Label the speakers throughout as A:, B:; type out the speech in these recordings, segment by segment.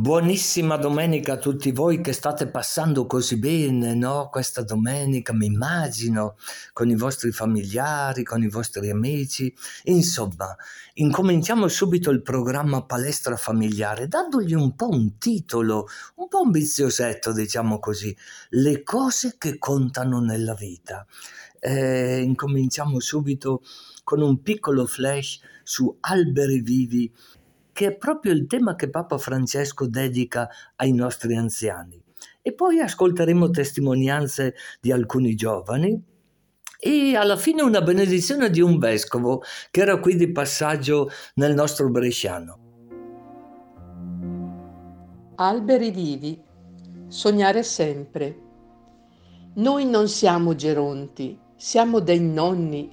A: Buonissima domenica a tutti voi che state passando così bene, no? Questa domenica, mi immagino, con i vostri familiari, con i vostri amici. Insomma, incominciamo subito il programma Palestra Familiare, dandogli un po' un titolo, un po' ambiziosetto, diciamo così, le cose che contano nella vita. Incominciamo subito con un piccolo flash su alberi vivi, che è proprio il tema che Papa Francesco dedica ai nostri anziani. E poi ascolteremo testimonianze di alcuni giovani e alla fine una benedizione di un vescovo che era qui di passaggio nel nostro bresciano.
B: Alberi vivi, sognare sempre. Noi non siamo geronti, siamo dei nonni.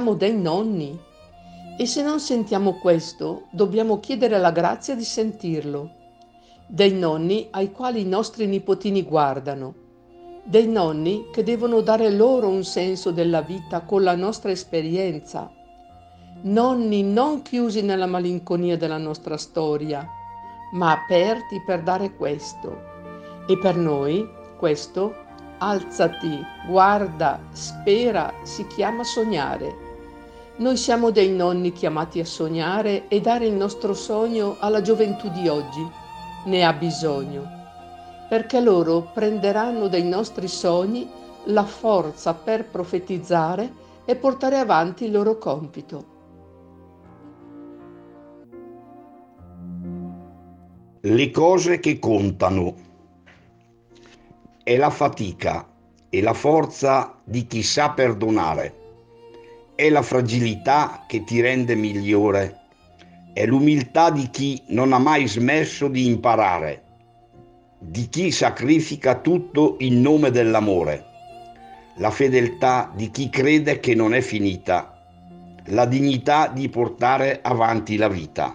B: E se non sentiamo questo, dobbiamo chiedere la grazia di sentirlo. Dei nonni ai quali i nostri nipotini guardano. Dei nonni che devono dare loro un senso della vita con la nostra esperienza. Nonni non chiusi nella malinconia della nostra storia, ma aperti per dare questo. E per noi questo, alzati, guarda, spera, si chiama sognare. Noi siamo dei nonni chiamati a sognare e dare il nostro sogno alla gioventù di oggi. Ne ha bisogno, perché loro prenderanno dai nostri sogni la forza per profetizzare e portare avanti il loro compito.
C: Le cose che contano è la fatica e la forza di chi sa perdonare, è la fragilità che ti rende migliore, è l'umiltà di chi non ha mai smesso di imparare, di chi sacrifica tutto in nome dell'amore, la fedeltà di chi crede che non è finita, la dignità di portare avanti la vita.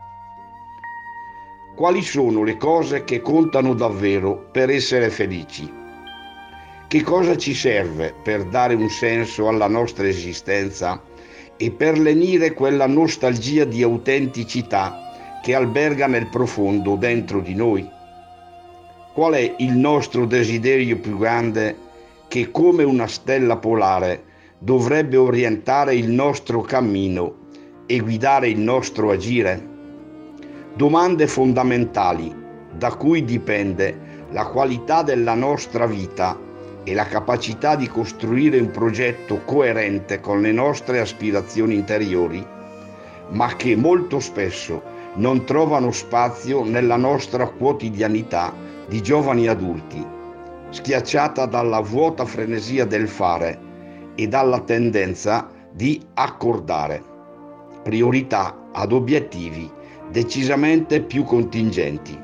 C: Quali sono le cose che contano davvero per essere felici? Che cosa ci serve per dare un senso alla nostra esistenza e per lenire quella nostalgia di autenticità che alberga nel profondo dentro di noi? Qual è il nostro desiderio più grande che, come una stella polare, dovrebbe orientare il nostro cammino e guidare il nostro agire? Domande fondamentali da cui dipende la qualità della nostra vita e la capacità di costruire un progetto coerente con le nostre aspirazioni interiori, ma che molto spesso non trovano spazio nella nostra quotidianità di giovani adulti, schiacciata dalla vuota frenesia del fare e dalla tendenza di accordare priorità ad obiettivi decisamente più contingenti.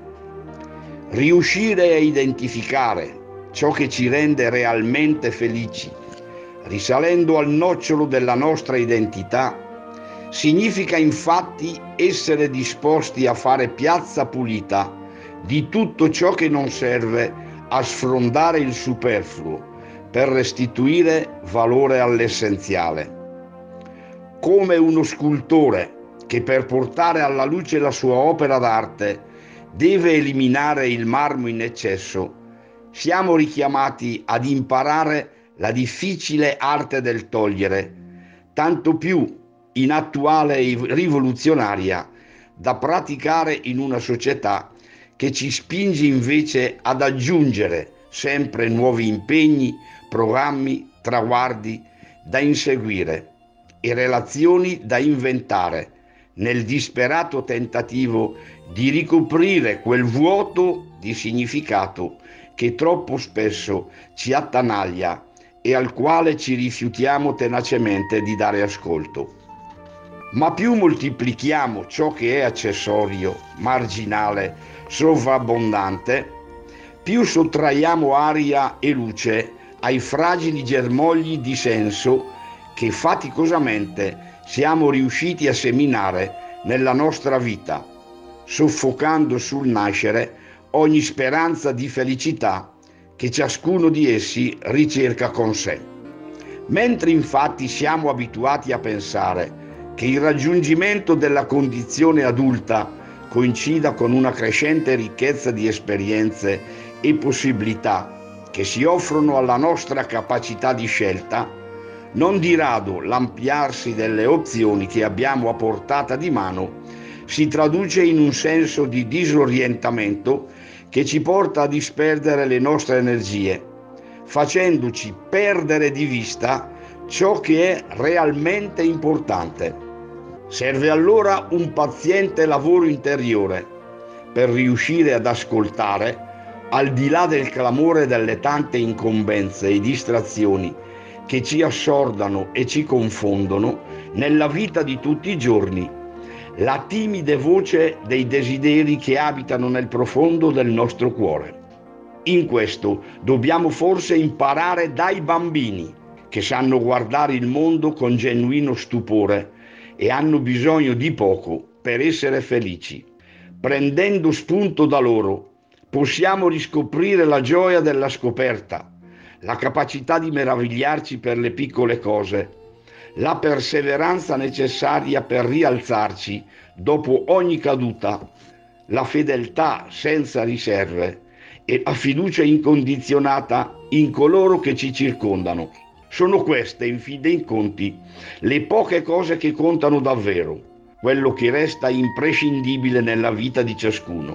C: Riuscire a identificare ciò che ci rende realmente felici, risalendo al nocciolo della nostra identità, significa infatti essere disposti a fare piazza pulita di tutto ciò che non serve a sfrondare il superfluo per restituire valore all'essenziale. Come uno scultore che per portare alla luce la sua opera d'arte deve eliminare il marmo in eccesso, siamo richiamati ad imparare la difficile arte del togliere, tanto più inattuale e rivoluzionaria da praticare in una società che ci spinge invece ad aggiungere sempre nuovi impegni, programmi, traguardi da inseguire e relazioni da inventare, nel disperato tentativo di ricoprire quel vuoto di significato che troppo spesso ci attanaglia e al quale ci rifiutiamo tenacemente di dare ascolto. Ma più moltiplichiamo ciò che è accessorio, marginale, sovrabbondante, più sottraiamo aria e luce ai fragili germogli di senso che faticosamente siamo riusciti a seminare nella nostra vita, soffocando sul nascere ogni speranza di felicità che ciascuno di essi ricerca con sé. Mentre infatti siamo abituati a pensare che il raggiungimento della condizione adulta coincida con una crescente ricchezza di esperienze e possibilità che si offrono alla nostra capacità di scelta, non di rado l'ampliarsi delle opzioni che abbiamo a portata di mano si traduce in un senso di disorientamento che ci porta a disperdere le nostre energie, facendoci perdere di vista ciò che è realmente importante. Serve allora un paziente lavoro interiore per riuscire ad ascoltare, al di là del clamore delle tante incombenze e distrazioni che ci assordano e ci confondono nella vita di tutti i giorni, la timida voce dei desideri che abitano nel profondo del nostro cuore. In questo dobbiamo forse imparare dai bambini, che sanno guardare il mondo con genuino stupore e hanno bisogno di poco per essere felici. Prendendo spunto da loro, possiamo riscoprire la gioia della scoperta, la capacità di meravigliarci per le piccole cose, la perseveranza necessaria per rialzarci dopo ogni caduta, la fedeltà senza riserve e la fiducia incondizionata in coloro che ci circondano. Sono queste, in fin dei conti, le poche cose che contano davvero, quello che resta imprescindibile nella vita di ciascuno.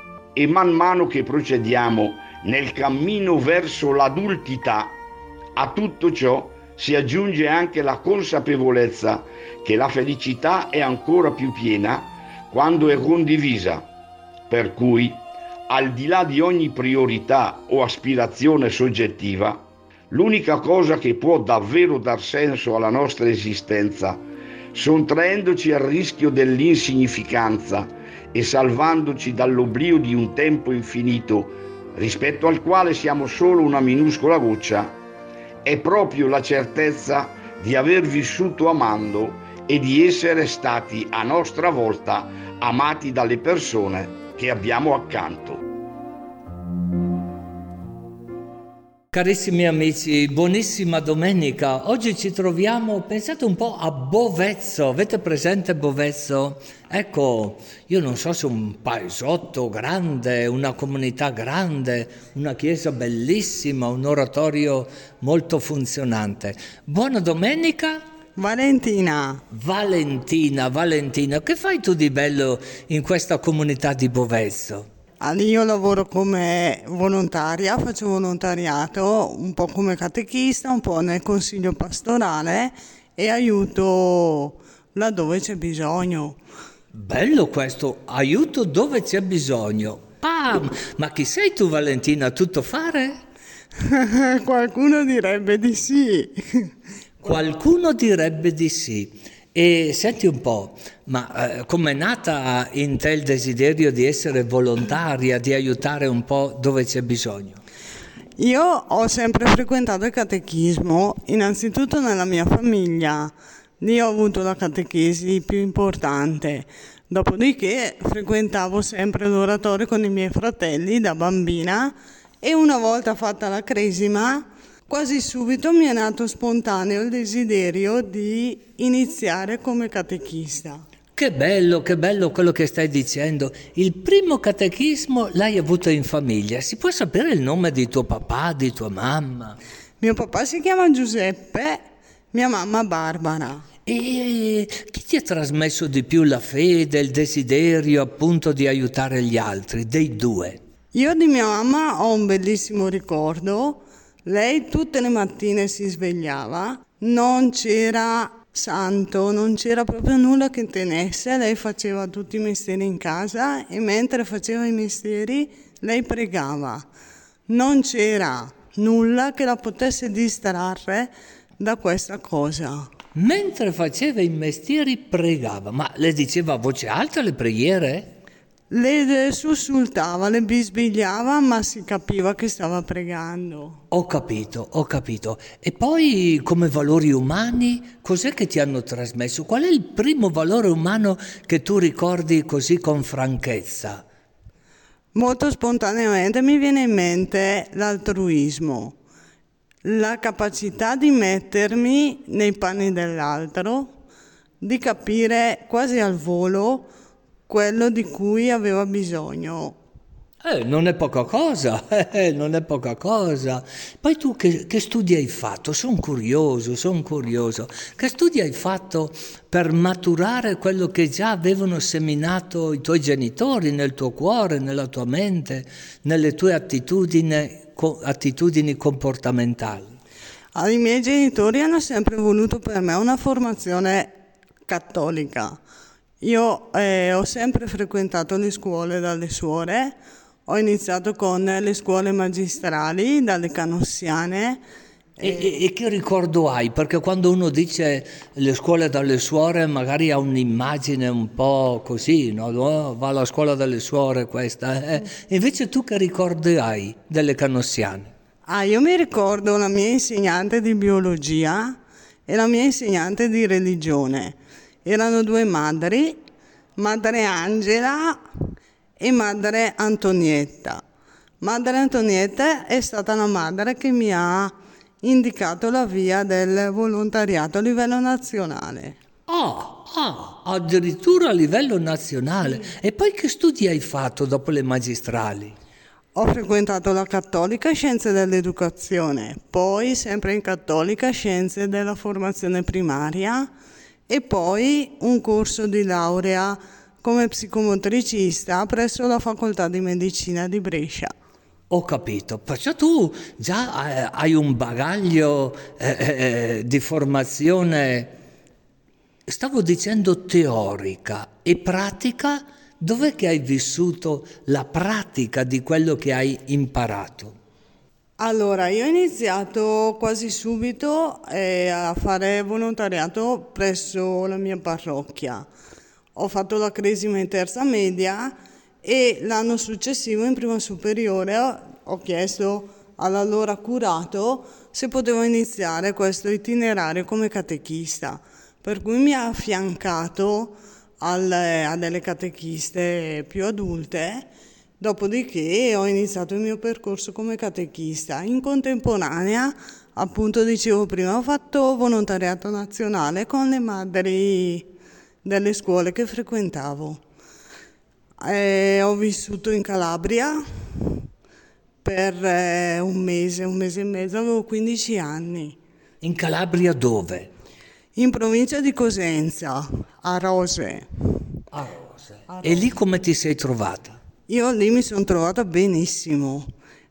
C: E man mano che procediamo nel cammino verso l'adultità, a tutto ciò si aggiunge anche la consapevolezza che la felicità è ancora più piena quando è condivisa, per cui, al di là di ogni priorità o aspirazione soggettiva, l'unica cosa che può davvero dar senso alla nostra esistenza, sottraendoci al rischio dell'insignificanza e salvandoci dall'oblio di un tempo infinito rispetto al quale siamo solo una minuscola goccia, è proprio la certezza di aver vissuto amando e di essere stati a nostra volta amati dalle persone che abbiamo accanto.
A: Carissimi amici, buonissima domenica. Oggi ci troviamo, pensate un po', a Bovezzo. Avete presente Bovezzo? Ecco, io non so se un paesotto grande, una comunità grande, una chiesa bellissima, un oratorio molto funzionante. Buona domenica.
D: Valentina,
A: Valentina, che fai tu di bello in questa comunità di Bovezzo?
D: io lavoro come volontaria, faccio volontariato un po' come catechista, un po' nel consiglio pastorale e aiuto laddove c'è bisogno.
A: Bello questo, aiuto dove c'è bisogno. Ma chi sei tu, Valentina, tutto fare?
D: Qualcuno direbbe di sì.
A: Qualcuno direbbe di sì. E senti un po', ma com'è nata in te il desiderio di essere volontaria, di aiutare un po' dove c'è bisogno?
D: Io ho sempre frequentato il catechismo, innanzitutto nella mia famiglia. Lì ho avuto la catechesi più importante. Dopodiché frequentavo sempre l'oratorio con i miei fratelli da bambina e una volta fatta la cresima, quasi subito mi è nato spontaneo il desiderio di iniziare come catechista.
A: Che bello quello che stai dicendo. Il primo catechismo l'hai avuto in famiglia. Si può sapere il nome di tuo papà, di tua mamma?
D: Mio papà si chiama Giuseppe, mia mamma Barbara.
A: E chi ti ha trasmesso di più la fede, il desiderio appunto di aiutare gli altri, dei due?
D: Io di mia mamma ho un bellissimo ricordo. Lei tutte le mattine si svegliava, non c'era santo, non c'era proprio nulla che tenesse, lei faceva tutti i mestieri in casa e mentre faceva i mestieri lei pregava. Non c'era nulla che la potesse distrarre da questa cosa.
A: Mentre faceva i mestieri pregava, ma le diceva a voce alta le preghiere?
D: Le sussultava, le bisbigliava, ma si capiva che stava pregando.
A: Ho capito. E poi come valori umani, cos'è che ti hanno trasmesso? Qual è il primo valore umano che tu ricordi così con franchezza?
D: Molto spontaneamente mi viene in mente l'altruismo, la capacità di mettermi nei panni dell'altro, di capire quasi al volo quello di cui aveva bisogno.
A: Non è poca cosa, non è poca cosa. Poi tu che studi hai fatto? Sono curioso. Che studi hai fatto per maturare quello che già avevano seminato i tuoi genitori nel tuo cuore, nella tua mente, nelle tue attitudini comportamentali?
D: I miei genitori hanno sempre voluto per me una formazione cattolica. Io ho sempre frequentato le scuole dalle suore, ho iniziato con le scuole magistrali, dalle canossiane.
A: E che ricordo hai? Perché quando uno dice le scuole dalle suore magari ha un'immagine un po' così, no? Oh, va alla scuola dalle suore questa. Invece tu che ricordi hai delle canossiane?
D: Io mi ricordo la mia insegnante di biologia e la mia insegnante di religione. Erano due madri, Madre Angela e Madre Antonietta. Madre Antonietta è stata la madre che mi ha indicato la via del volontariato a livello nazionale.
A: Addirittura a livello nazionale. E poi che studi hai fatto dopo le magistrali?
D: Ho frequentato la Cattolica Scienze dell'Educazione, poi sempre in Cattolica Scienze della Formazione Primaria e poi un corso di laurea come psicomotricista presso la Facoltà di Medicina di Brescia.
A: Ho capito, perciò tu già hai un bagaglio di formazione, stavo dicendo teorica e pratica. Dov'è che hai vissuto la pratica di quello che hai imparato?
D: Allora, io ho iniziato quasi subito a fare volontariato presso la mia parrocchia. Ho fatto la cresima in terza media e l'anno successivo, in prima superiore, ho chiesto all'allora curato se potevo iniziare questo itinerario come catechista, per cui mi ha affiancato a delle catechiste più adulte, dopodiché ho iniziato il mio percorso come catechista. In contemporanea, appunto dicevo prima, ho fatto volontariato nazionale con le madri delle scuole che frequentavo. Ho vissuto in Calabria per un mese e mezzo, avevo 15 anni.
A: In Calabria dove?
D: In provincia di Cosenza, a Rose.
A: A Rose. E lì come ti sei trovata?
D: Io lì mi sono trovata benissimo.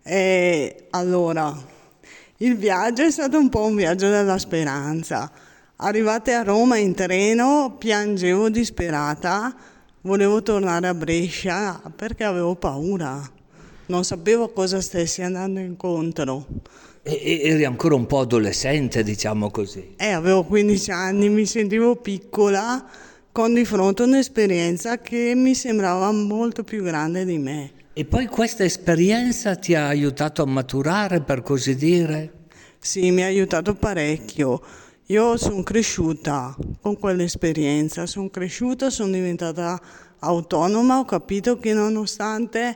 D: Allora, il viaggio è stato un po' un viaggio della speranza. Arrivate a Roma in treno, piangevo disperata, volevo tornare a Brescia perché avevo paura. Non sapevo a cosa stessi andando incontro.
A: E eri ancora un po' adolescente, diciamo così.
D: Avevo 15 anni, mi sentivo piccola, con di fronte un'esperienza che mi sembrava molto più grande di me.
A: E poi questa esperienza ti ha aiutato a maturare, per così dire?
D: Sì, mi ha aiutato parecchio. Io sono cresciuta con quell'esperienza, sono diventata autonoma, ho capito che nonostante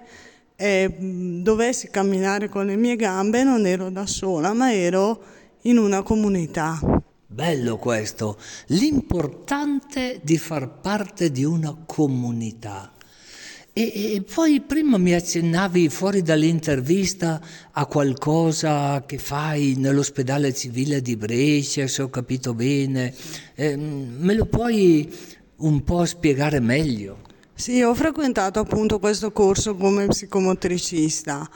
D: dovessi camminare con le mie gambe non ero da sola, ma ero in una comunità.
A: Bello questo, l'importante di far parte di una comunità. E poi prima mi accennavi fuori dall'intervista a qualcosa che fai nell'ospedale civile di Brescia, se ho capito bene. Me lo puoi un po' spiegare meglio?
D: Sì, ho frequentato appunto questo corso come psicomotricista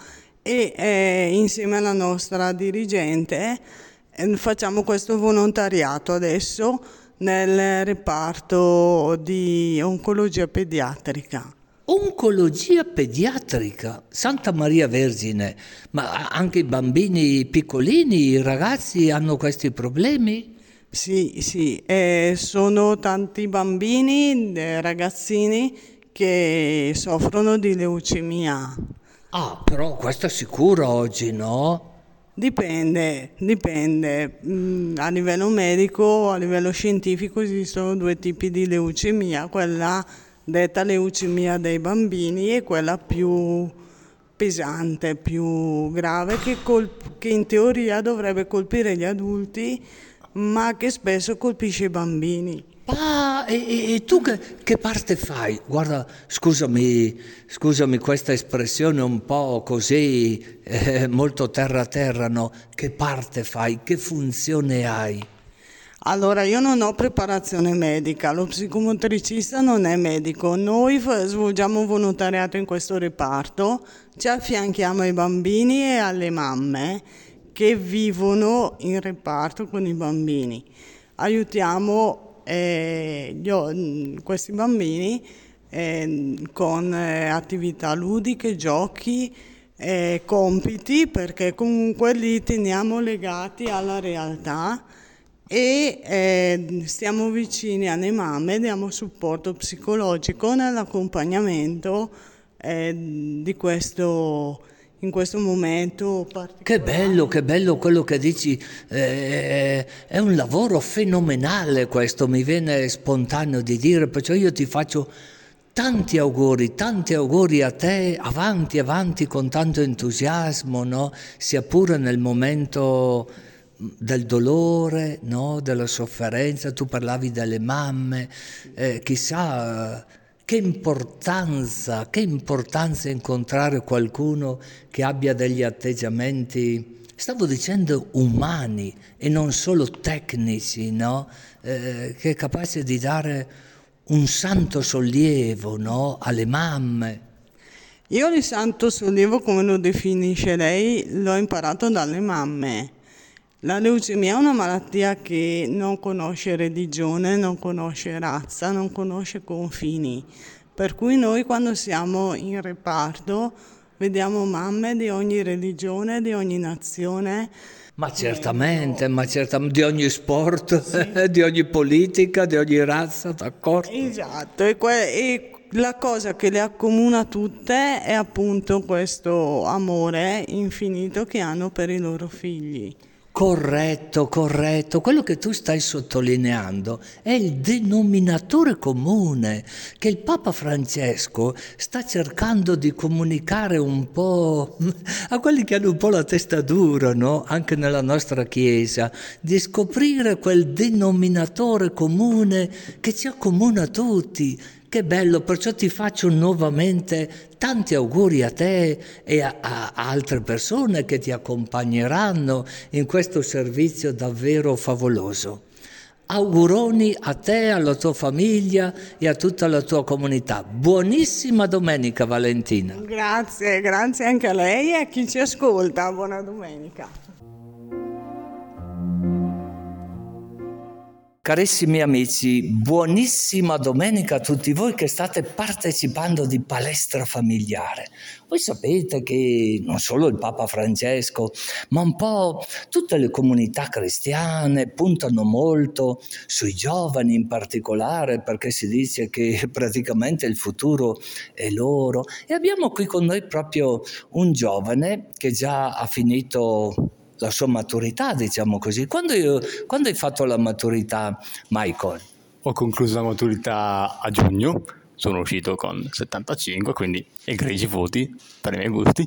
D: e insieme alla nostra dirigente facciamo questo volontariato adesso nel reparto di oncologia pediatrica.
A: Oncologia pediatrica, Santa Maria Vergine, ma anche i bambini piccolini, i ragazzi hanno questi problemi?
D: Sì, sono tanti bambini, ragazzini che soffrono di leucemia.
A: Però questo è sicuro oggi, no?
D: Dipende. A livello medico, a livello scientifico esistono due tipi di leucemia, quella detta leucemia dei bambini e quella più pesante, più grave, che in teoria dovrebbe colpire gli adulti, ma che spesso colpisce i bambini.
A: Ah, e tu che parte fai? Guarda, scusami questa espressione un po' così, molto terra a terra, no? Che parte fai? Che funzione hai?
D: Allora, io non ho preparazione medica, lo psicomotricista non è medico, noi svolgiamo volontariato in questo reparto, ci affianchiamo ai bambini e alle mamme che vivono in reparto con i bambini. Aiutiamo questi bambini con attività ludiche, giochi, compiti, perché comunque li teniamo legati alla realtà e stiamo vicini alle mamme, diamo supporto psicologico nell'accompagnamento in questo momento particolare.
A: Che bello quello che dici, è un lavoro fenomenale questo, mi viene spontaneo di dire, perciò io ti faccio tanti auguri a te, avanti, avanti con tanto entusiasmo, no? Sia pure nel momento del dolore, no? Della sofferenza, tu parlavi delle mamme, chissà che importanza incontrare qualcuno che abbia degli atteggiamenti, stavo dicendo umani e non solo tecnici, no? Che è capace di dare un santo sollievo, no? Alle mamme.
D: Io il santo sollievo, come lo definisce lei, l'ho imparato dalle mamme. La leucemia è una malattia che non conosce religione, non conosce razza, non conosce confini. Per cui noi quando siamo in reparto vediamo mamme di ogni religione, di ogni nazione.
A: Ma certamente, di ogni sport, sì. Di ogni politica, di ogni razza, d'accordo?
D: Esatto, e la cosa che le accomuna tutte è appunto questo amore infinito che hanno per i loro figli.
A: Corretto. Quello che tu stai sottolineando è il denominatore comune che il Papa Francesco sta cercando di comunicare un po' a quelli che hanno un po' la testa dura, no? Anche nella nostra Chiesa, di scoprire quel denominatore comune che ci accomuna tutti. Che bello, perciò ti faccio nuovamente tanti auguri a te e a altre persone che ti accompagneranno in questo servizio davvero favoloso. Auguroni a te, alla tua famiglia e a tutta la tua comunità. Buonissima domenica, Valentina.
D: Grazie anche a lei e a chi ci ascolta. Buona domenica.
A: Carissimi amici, buonissima domenica a tutti voi che state partecipando di Palestra Familiare. Voi sapete che non solo il Papa Francesco, ma un po' tutte le comunità cristiane puntano molto sui giovani in particolare, perché si dice che praticamente il futuro è loro. E abbiamo qui con noi proprio un giovane che già ha finito la sua maturità, diciamo così. Quando hai fatto la maturità, Michael?
E: Ho concluso la maturità a giugno, sono uscito con 75, quindi egregi voti per i miei gusti,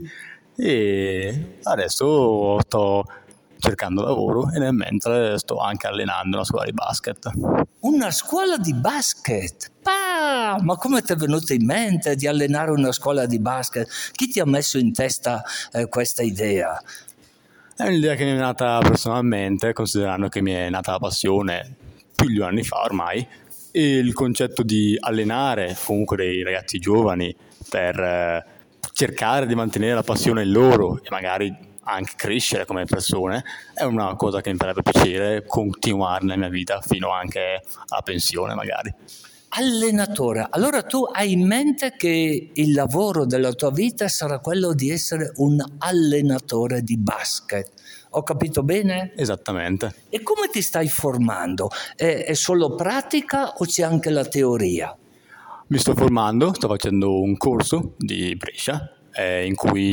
E: e adesso sto cercando lavoro e nel mentre sto anche allenando una scuola di basket.
A: Una scuola di basket? Ma come ti è venuto in mente di allenare una scuola di basket? Chi ti ha messo in testa questa idea?
E: È un'idea che mi è nata personalmente, considerando che mi è nata la passione più di 2 anni fa ormai, e il concetto di allenare comunque dei ragazzi giovani per cercare di mantenere la passione in loro e magari anche crescere come persone è una cosa che mi farebbe piacere continuare nella mia vita fino anche alla pensione magari.
A: Allenatore, allora tu hai in mente che il lavoro della tua vita sarà quello di essere un allenatore di basket. Ho capito bene?
E: Esattamente.
A: E come ti stai formando? È solo pratica o c'è anche la teoria?
E: Mi sto formando, sto facendo un corso di Brescia in cui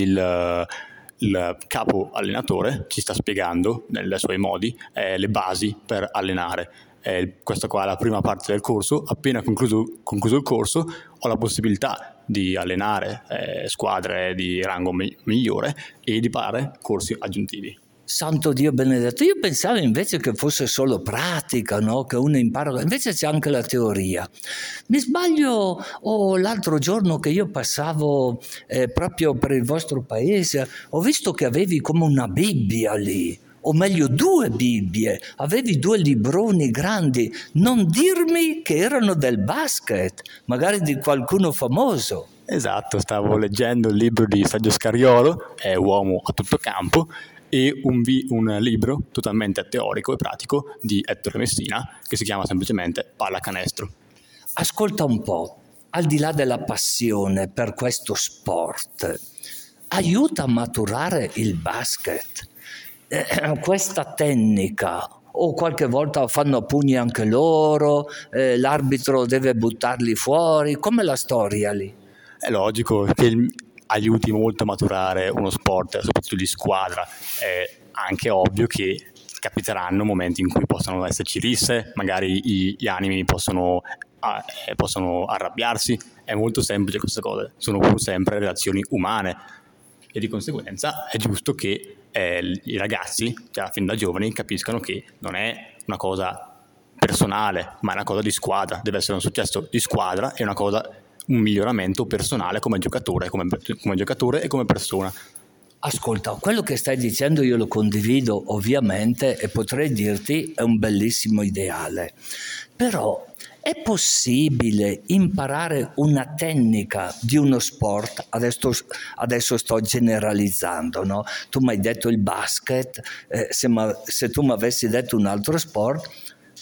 E: il capo allenatore ci sta spiegando nei suoi modi le basi per allenare. Questa qua è la prima parte del corso. Appena concluso il corso ho la possibilità di allenare squadre di rango migliore e di fare corsi aggiuntivi.
A: Santo Dio benedetto, io pensavo invece che fosse solo pratica, no? Che uno impara, invece c'è anche la teoria. Mi sbaglio o l'altro giorno che io passavo proprio per il vostro paese, ho visto che avevi come una Bibbia lì, o meglio 2 Bibbie, avevi 2 libroni grandi, non dirmi che erano del basket, magari di qualcuno famoso.
E: Esatto, stavo leggendo il libro di Sergio Scariolo, è Uomo a tutto campo, e un libro totalmente teorico e pratico di Ettore Messina che si chiama semplicemente Pallacanestro.
A: Ascolta un po', al di là della passione per questo sport, aiuta a maturare il basket, questa tecnica, o qualche volta fanno a pugni anche loro, l'arbitro deve buttarli fuori, come la storia lì?
E: È logico che aiuti molto a maturare uno sport, soprattutto di squadra. È anche ovvio che capiteranno momenti in cui possono esserci risse, magari gli animi possono arrabbiarsi. È molto semplice queste cose, sono pur sempre relazioni umane e di conseguenza è giusto che i ragazzi, già fin da giovani, capiscano che non è una cosa personale, ma è una cosa di squadra, deve essere un successo di squadra e un miglioramento personale come giocatore e come persona.
A: Ascolta, quello che stai dicendo io lo condivido ovviamente e potrei dirti è un bellissimo ideale, però è possibile imparare una tecnica di uno sport? Adesso sto generalizzando, no? Tu mi hai detto il basket, se tu mi avessi detto un altro sport,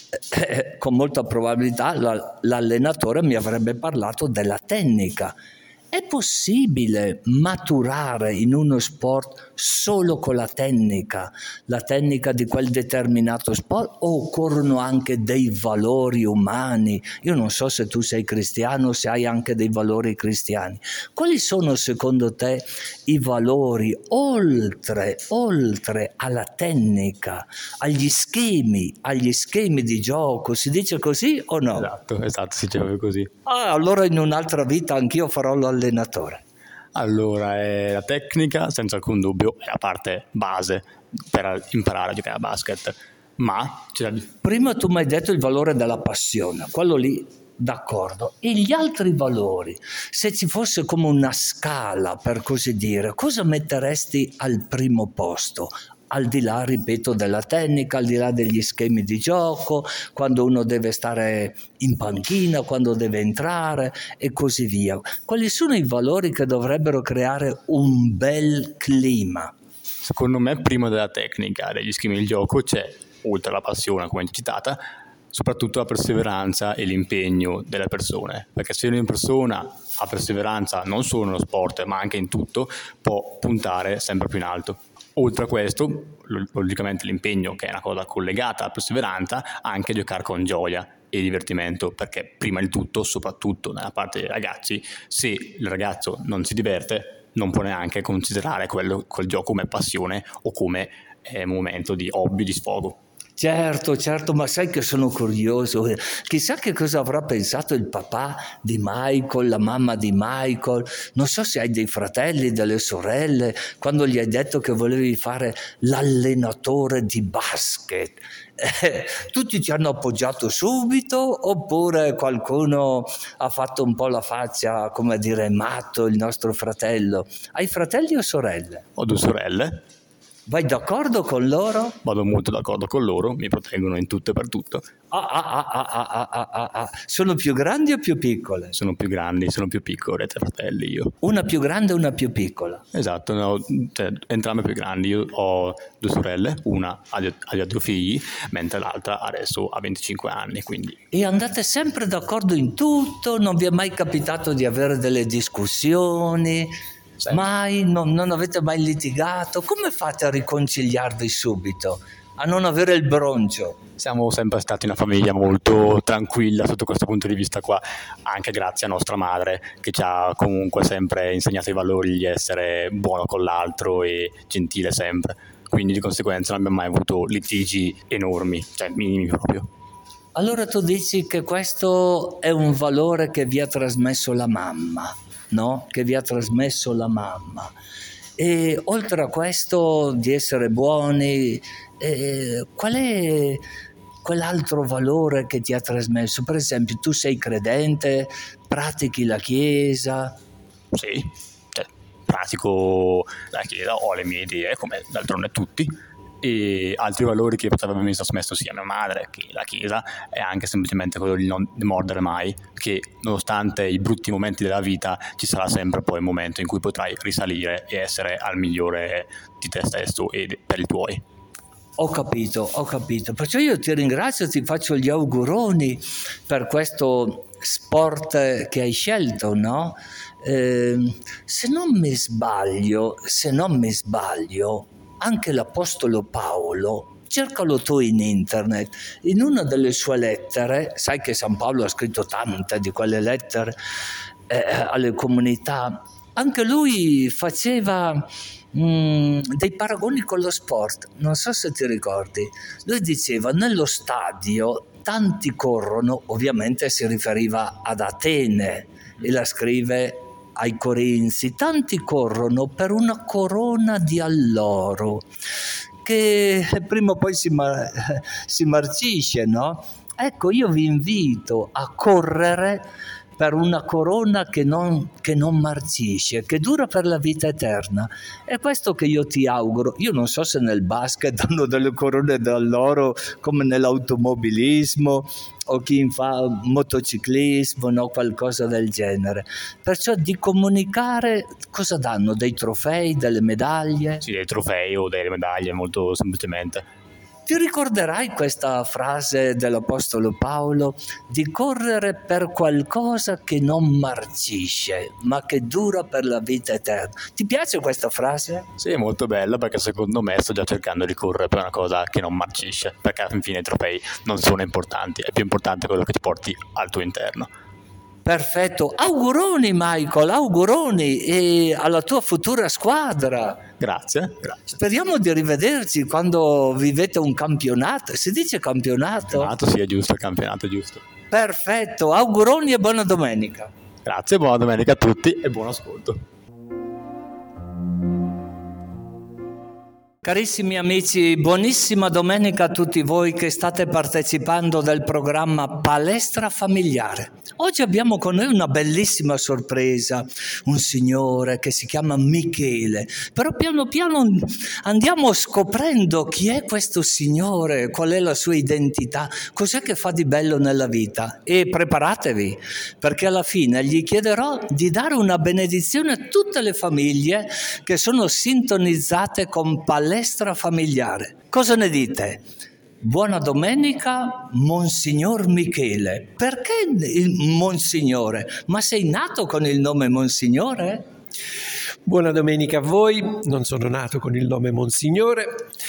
A: con molta probabilità l'allenatore mi avrebbe parlato della tecnica. È possibile maturare in uno sport solo con la tecnica di quel determinato sport, o occorrono anche dei valori umani? Io non so se tu sei cristiano, se hai anche dei valori cristiani. Quali sono secondo te i valori oltre alla tecnica, agli schemi di gioco? Si dice così o no?
E: Esatto, si dice così.
A: Allora in un'altra vita anch'io farò l'allenatore.
E: Allora, la tecnica, senza alcun dubbio, è la parte base per imparare a giocare a basket, ma
A: prima tu mi hai detto il valore della passione, quello lì d'accordo. E gli altri valori, se ci fosse come una scala, per così dire, cosa metteresti al primo posto? Al di là, ripeto, della tecnica, al di là degli schemi di gioco, quando uno deve stare in panchina, quando deve entrare e così via. Quali sono i valori che dovrebbero creare un bel clima?
E: Secondo me, prima della tecnica, degli schemi di gioco, c'è, oltre alla passione, come citata, soprattutto la perseveranza e l'impegno delle persone, perché se una persona ha perseveranza non solo nello sport, ma anche in tutto, può puntare sempre più in alto. Oltre a questo, logicamente l'impegno, che è una cosa collegata alla perseveranza, anche giocare con gioia e divertimento, perché prima di tutto, soprattutto nella parte dei ragazzi, se il ragazzo non si diverte, non può neanche considerare quel gioco come passione o come momento di hobby, di sfogo.
A: Certo, ma sai che sono curioso, chissà che cosa avrà pensato il papà di Michael, la mamma di Michael, non so se hai dei fratelli, delle sorelle, quando gli hai detto che volevi fare l'allenatore di basket. Tutti ti hanno appoggiato subito oppure qualcuno ha fatto un po' la faccia, come dire, matto il nostro fratello? Hai fratelli o sorelle?
E: Ho 2 sorelle.
A: Vai d'accordo con loro?
E: Vado molto d'accordo con loro, mi proteggono in tutto e per tutto.
A: Sono più grandi o più piccole?
E: Sono più grandi, sono più piccole, 3 fratelli io.
A: Una più grande e una più piccola?
E: Esatto, no, entrambe più grandi. Io ho 2 sorelle, una ha già 2 figli, mentre l'altra adesso ha 25 anni. Quindi.
A: E andate sempre d'accordo in tutto? Non vi è mai capitato di avere delle discussioni? Mai? Non avete mai litigato? Come fate a riconciliarvi subito? A non avere il broncio?
E: Siamo sempre stati una famiglia molto tranquilla sotto questo punto di vista qua, anche grazie a nostra madre che ci ha comunque sempre insegnato i valori di essere buono con l'altro e gentile sempre. Quindi di conseguenza non abbiamo mai avuto litigi enormi, cioè minimi proprio.
A: Allora tu dici che questo è un valore che vi ha trasmesso la mamma? No? Che vi ha trasmesso la mamma. E oltre a questo di essere buoni, qual è quell'altro valore che ti ha trasmesso? Per esempio, tu sei credente, pratichi la Chiesa?
E: Sì, cioè, pratico la Chiesa, ho le mie idee, come d'altronde tutti, e altri valori che potrebbe avermi trasmesso sia mia madre che la Chiesa è anche semplicemente quello di non demordere mai, che nonostante i brutti momenti della vita ci sarà sempre poi un momento in cui potrai risalire e essere al migliore di te stesso e per i tuoi.
A: Ho capito. Perciò io ti ringrazio, ti faccio gli auguroni per questo sport che hai scelto, no? Se non mi sbaglio, anche l'Apostolo Paolo, cercalo tu in internet, in una delle sue lettere, sai che San Paolo ha scritto tante di quelle lettere alle comunità, anche lui faceva dei paragoni con lo sport, non so se ti ricordi. Lui diceva: nello stadio tanti corrono, ovviamente si riferiva ad Atene e la scrive ai Corinzi, tanti corrono per una corona di alloro che prima o poi si marcisce, no? Ecco, io vi invito a correre per una corona che non marcisce, che dura per la vita eterna. È questo che io ti auguro. Io non so se nel basket hanno delle corone d'alloro come nell'automobilismo o chi fa motociclismo, no? Qualcosa del genere. Perciò di comunicare, cosa danno? Dei trofei, delle medaglie?
E: Sì, dei trofei o delle medaglie, molto semplicemente.
A: Ti ricorderai questa frase dell'Apostolo Paolo di correre per qualcosa che non marcisce, ma che dura per la vita eterna. Ti piace questa frase?
E: Sì, è molto bella perché secondo me sto già cercando di correre per una cosa che non marcisce, perché alla fine i trofei non sono importanti, è più importante quello che ti porti al tuo interno.
A: Perfetto, auguroni Michael, auguroni e alla tua futura squadra.
E: Grazie.
A: Speriamo di rivederci quando vivete un campionato. Si dice campionato?
E: Campionato, sì, è giusto, il campionato è giusto.
A: Perfetto, auguroni e buona domenica.
E: Grazie, buona domenica a tutti e buon ascolto.
A: Carissimi amici, buonissima domenica a tutti voi che state partecipando del programma Palestra Familiare. Oggi abbiamo con noi una bellissima sorpresa, un signore che si chiama Michele, però piano piano andiamo scoprendo chi è questo signore, qual è la sua identità, cos'è che fa di bello nella vita e preparatevi perché alla fine gli chiederò di dare una benedizione a tutte le famiglie che sono sintonizzate con Palestra Familiare. Cosa ne dite? Buona domenica, Monsignor Michele. Perché il Monsignore? Ma sei nato con il nome Monsignore?
F: Buona domenica a voi, non sono nato con il nome Monsignore,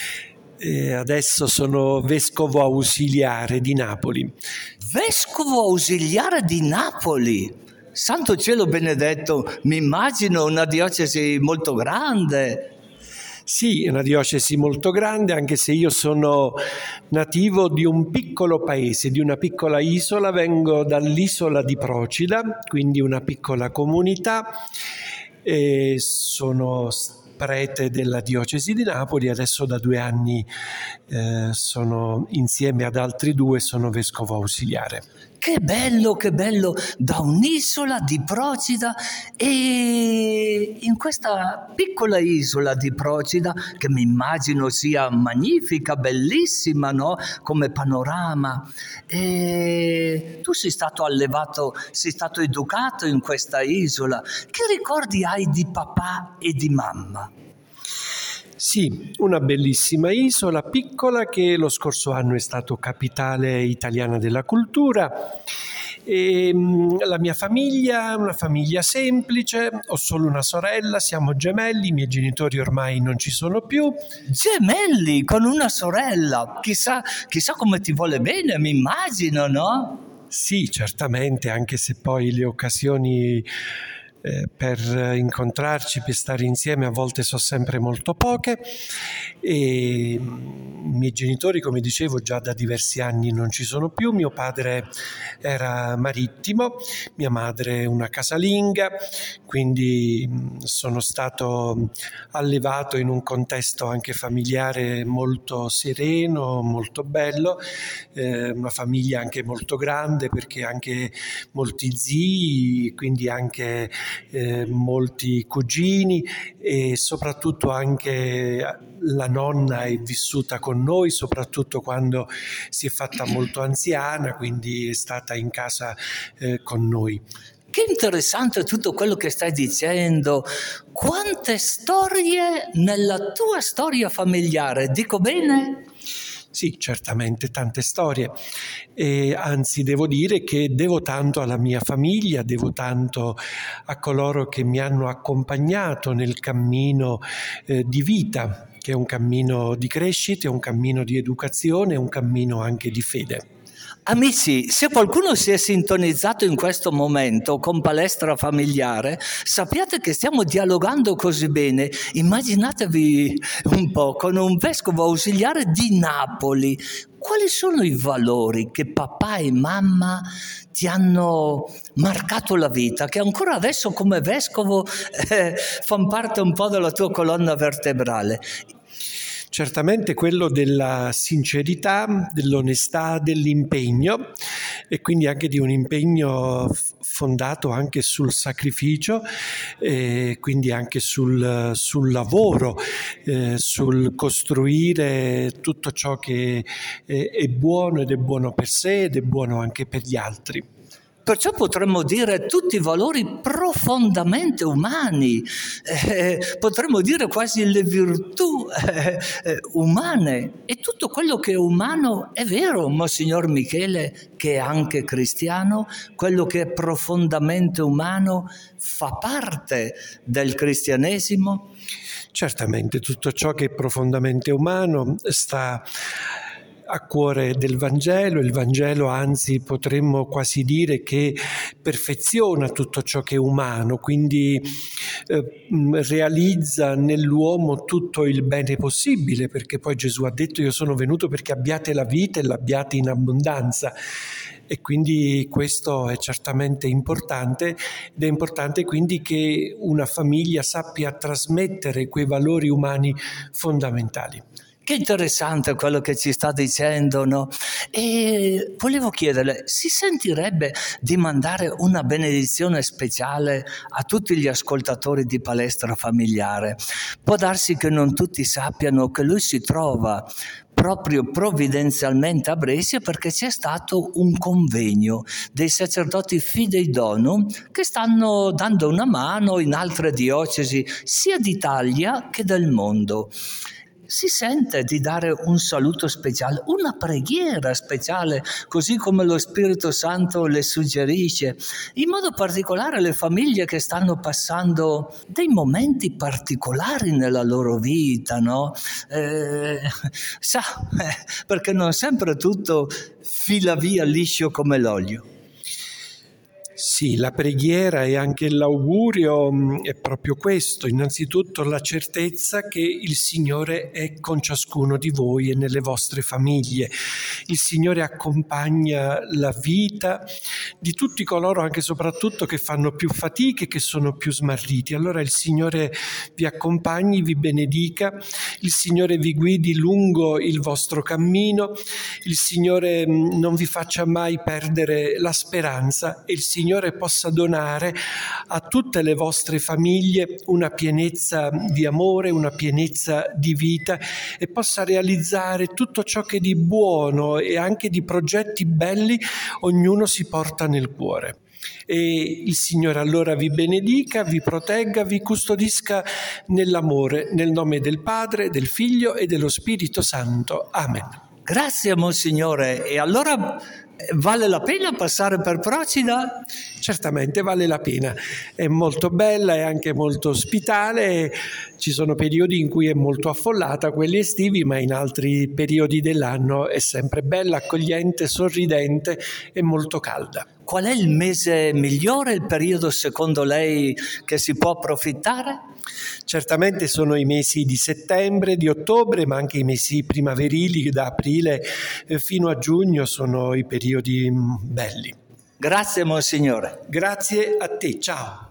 F: adesso sono vescovo ausiliare di Napoli.
A: Vescovo ausiliare di Napoli? Santo cielo benedetto, mi immagino una diocesi molto grande.
F: Sì, è una diocesi molto grande, anche se io sono nativo di un piccolo paese, di una piccola isola, vengo dall'isola di Procida, quindi una piccola comunità, e sono prete della diocesi di Napoli, adesso da 2 anni sono insieme ad altri 2, sono vescovo ausiliare.
A: Che bello, da un'isola di Procida e in questa piccola isola di Procida, che mi immagino sia magnifica, bellissima, no? Come panorama, e tu sei stato allevato, sei stato educato in questa isola. Che ricordi hai di papà e di mamma?
F: Sì, una bellissima isola piccola che lo scorso anno è stato capitale italiana della cultura. E la mia famiglia è una famiglia semplice, ho solo una sorella, siamo gemelli, i miei genitori ormai non ci sono più.
A: Gemelli con una sorella, chissà come ti vuole bene, mi immagino, no?
F: Sì, certamente, anche se poi le occasioni per incontrarci, per stare insieme, a volte sono sempre molto poche, e i miei genitori, come dicevo, già da diversi anni non ci sono più. Mio padre era marittimo, mia madre una casalinga, quindi sono stato allevato in un contesto anche familiare molto sereno, molto bello, una famiglia anche molto grande, perché anche molti zii, quindi anche molti cugini, e soprattutto anche la nonna è vissuta con noi, soprattutto quando si è fatta molto anziana, quindi è stata in casa con noi.
A: Che interessante tutto quello che stai dicendo. Quante storie nella tua storia familiare, dico bene?
F: Sì, certamente, tante storie, e anzi devo dire che devo tanto alla mia famiglia, devo tanto a coloro che mi hanno accompagnato nel cammino di vita, che è un cammino di crescita, è un cammino di educazione, è un cammino anche di fede.
A: Amici, se qualcuno si è sintonizzato in questo momento con Palestra Familiare, sappiate che stiamo dialogando così bene. Immaginatevi un po' con un vescovo ausiliare di Napoli. Quali sono i valori che papà e mamma ti hanno marcato la vita, che ancora adesso come vescovo fanno parte un po' della tua colonna vertebrale?
F: Certamente quello della sincerità, dell'onestà, dell'impegno, e quindi anche di un impegno fondato anche sul sacrificio, quindi anche sul lavoro, sul costruire tutto ciò che è buono, ed è buono per sé ed è buono anche per gli altri.
A: Perciò potremmo dire tutti valori profondamente umani, potremmo dire quasi le virtù umane, e tutto quello che è umano è vero, Monsignor Michele, che è anche cristiano, quello che è profondamente umano fa parte del cristianesimo?
F: Certamente, tutto ciò che è profondamente umano sta a cuore del Vangelo. Il Vangelo, anzi, potremmo quasi dire che perfeziona tutto ciò che è umano, quindi realizza nell'uomo tutto il bene possibile, perché poi Gesù ha detto: io sono venuto perché abbiate la vita e l'abbiate in abbondanza. E quindi questo è certamente importante, ed è importante quindi che una famiglia sappia trasmettere quei valori umani fondamentali.
A: Che interessante quello che ci sta dicendo, no? E volevo chiederle, si sentirebbe di mandare una benedizione speciale a tutti gli ascoltatori di Palestra Familiare? Può darsi che non tutti sappiano che lui si trova proprio provvidenzialmente a Brescia, perché c'è stato un convegno dei sacerdoti Fidei Donum che stanno dando una mano in altre diocesi sia d'Italia che del mondo. Si sente di dare un saluto speciale, una preghiera speciale, così come lo Spirito Santo le suggerisce, in modo particolare alle famiglie che stanno passando dei momenti particolari nella loro vita, no? Perché non sempre tutto fila via liscio come l'olio.
F: Sì, la preghiera e anche l'augurio è proprio questo: innanzitutto la certezza che il Signore è con ciascuno di voi e nelle vostre famiglie. Il Signore accompagna la vita di tutti coloro, anche e soprattutto, che fanno più fatiche, che sono più smarriti. Allora il Signore vi accompagni, vi benedica, il Signore vi guidi lungo il vostro cammino, il Signore non vi faccia mai perdere la speranza, e il Signore possa donare a tutte le vostre famiglie una pienezza di amore, una pienezza di vita, e possa realizzare tutto ciò che di buono e anche di progetti belli ognuno si porta nel cuore. E il Signore allora vi benedica, vi protegga, vi custodisca nell'amore, nel nome del Padre, del Figlio e dello Spirito Santo. Amen.
A: Grazie Monsignore. E allora Vale la pena passare per Procida?
F: Certamente vale la pena, è molto bella, è anche molto ospitale, ci sono periodi in cui è molto affollata, quelli estivi, ma in altri periodi dell'anno è sempre bella, accogliente, sorridente e molto calda.
A: Qual è il mese migliore, il periodo secondo lei che si può approfittare?
F: Certamente sono i mesi di settembre, di ottobre, ma anche i mesi primaverili, da aprile fino a giugno sono i periodi belli.
A: Grazie Monsignore.
F: Grazie a te, ciao.